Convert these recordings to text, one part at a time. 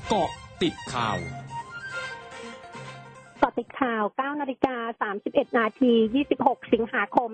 เกาะติดข่าว 9:31 นาที 26 สิงหาคม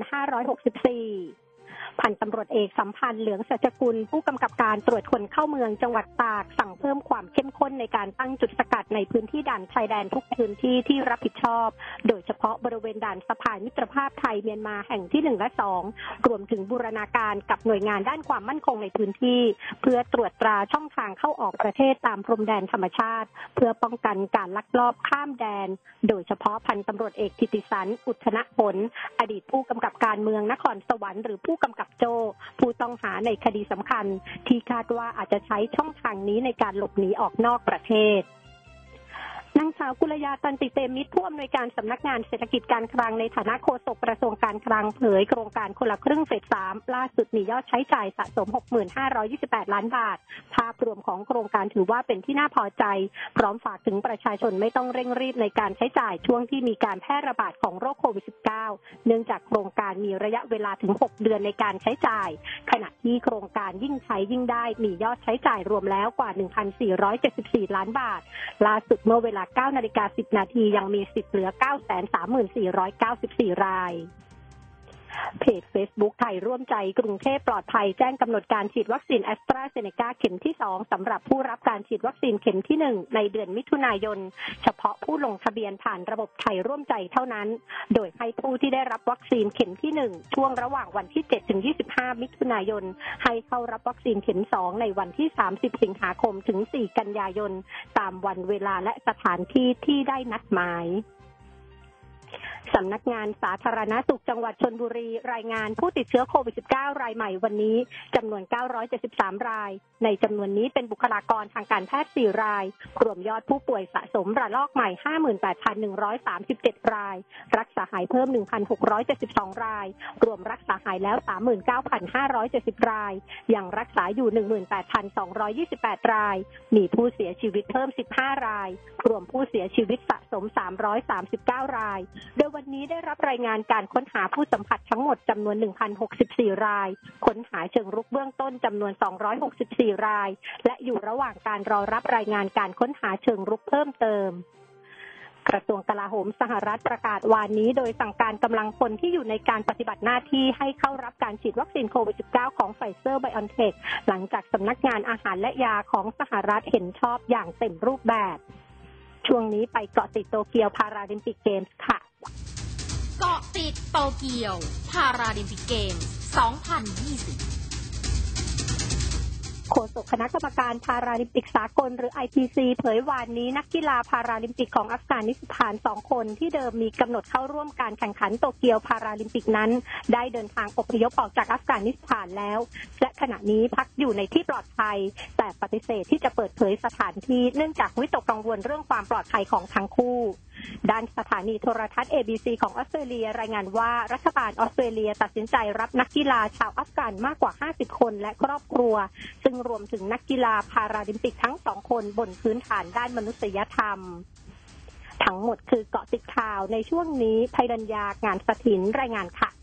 2564พันตำรวจเอกสัมพันธ์เหลืองสัจกุลผู้กำกับการตรวจคนเข้าเมืองจังหวัดตากสั่งเพิ่มความเข้มข้นในการตั้งจุดสกัดในพื้นที่ด่านชายแดนทุกพื้นที่ที่รับผิดชอบโดยเฉพาะบริเวณด่านสะพานมิตรภาพไทยเมียนมาแห่งที่1และ2รวมถึงบูรณาการกับหน่วยงานด้านความมั่นคงในพื้นที่เพื่อตรวจตราช่องทางเข้าออกประเทศตามพรมแดนธรรมชาติเพื่อป้องกันการลักลอบข้ามแดนโดยเฉพาะพันตำรวจเอกธิติสันอุทธนผลอดีตผู้กำกับการเมืองนครสวรรค์หรือผู้กำกับโจผู้ต้องหาในคดีสำคัญที่คาดว่าอาจจะใช้ช่องทางนี้ในการหลบหนีออกนอกประเทศนางสาวกุลยาตันติเตมิตรผู้อำนวยการสำนักงานเศรษฐกิจการคลังในฐานะโฆษกกระทรวงการคลังเผยโครงการคนละครึ่งเฟส 3ล่าสุดมียอดใช้จ่ายสะสม 65,28 ล้านบาทภาพรวมของโครงการถือว่าเป็นที่น่าพอใจพร้อมฝากถึงประชาชนไม่ต้องเร่งรีบในการใช้จ่ายช่วงที่มีการแพร่ระบาดของโรคโควิด -19 เนื่องจากโครงการมีระยะเวลาถึง6เดือนในการใช้จ่ายขณะที่โครงการยิ่งใช้ยิ่งได้มียอดใช้จ่ายรวมแล้วกว่า 1,474 ล้านบาทล่าสุดเมื่อเวลา 9:10 นาทียังมีสิทธิ์เหลือ 934,494 รายเพจ Facebook ไทยร่วมใจกรุงเทพปลอดภัยแจ้งกำหนดการฉีดวัคซีนแอสตราเซเนกาเข็มที่2สำหรับผู้รับการฉีดวัคซีนเข็มที่1ในเดือนมิถุนายนเฉพาะผู้ลงทะเบียนผ่านระบบไทยร่วมใจเท่านั้นโดยให้ผู้ที่ได้รับวัคซีนเข็มที่1ช่วงระหว่างวันที่7ถึง25มิถุนายนให้เข้ารับวัคซีนเข็ม2ในวันที่30สิงหาคมถึง4กันยายนตามวันเวลาและสถานที่ที่ได้นัดหมายสำนักงานสาธารณสุขจังหวัดชลบุรีรายงานผู้ติดเชื้อโควิด -19 รายใหม่วันนี้จำนวน973รายในจำนวนนี้เป็นบุคลากรทางการแพทย์4รายรวมยอดผู้ป่วยสะสมระลอกใหม่ 58,137 รายรักษาหายเพิ่ม 1,672 รายรวมรักษาหายแล้ว 39,570 รายยังรักษาอยู่ 18,228 รายมีผู้เสียชีวิตเพิ่ม15รายรวมผู้เสียชีวิตสะสม339รายโดยวันนี้ได้รับรายงานการค้นหาผู้สัมผัสทั้งหมดจำนวน 1,064 รายค้นหาเชิงรุกเบื้องต้นจำนวน264รายและอยู่ระหว่างการรอรับรายงานการค้นหาเชิงรุกเพิ่มเติมกระทรวงกลาโหมสหรัฐประกาศวันนี้โดยสั่งการกำลังพลที่อยู่ในการปฏิบัติหน้าที่ให้เข้ารับการฉีดวัคซีนโควิด -19 ของไฟเซอร์ไบออนเทคหลังจากสำนักงานอาหารและยาของสหรัฐเห็นชอบอย่างเต็มรูปแบบช่วงนี้ไปเกาะติดโตเกียวพาราลิมปิกเกมส์ค่ะเกาะติดโตเกียวพาราลิมปิกเกมส์ 2020 โฆษกคณะกรรมการพาราลิมปิกสากลหรือ IPC เผยวันนี้นักกีฬาพาราลิมปิกของอัฟกานิสถาน2คนที่เดิมมีกำหนดเข้าร่วมการแข่งขันโตเกียวพาราลิมปิกนั้นได้เดินทางอพยพออกจากอัฟกานิสถานแล้วและขณะนี้พักอยู่ในที่ปลอดภัยแต่ปฏิเสธที่จะเปิดเผยสถานที่เนื่องจากวิตกกังวลเรื่องความปลอดภัยของทั้งคู่ด้านสถานีโทรทัศน์ ABC ของออสเตรเลียรายงานว่ารัฐบาลออสเตรเลียตัดสินใจรับนักกีฬาชาวอัฟกันมากกว่า50คนและครอบครัวซึ่งรวมถึงนักกีฬาพาราลิมปิกทั้ง2คนบนพื้นฐานด้านมนุษยธรรมทั้งหมดคือเกาะติดข่าวในช่วงนี้ภัยรัญญางานสถินรายงานค่ะ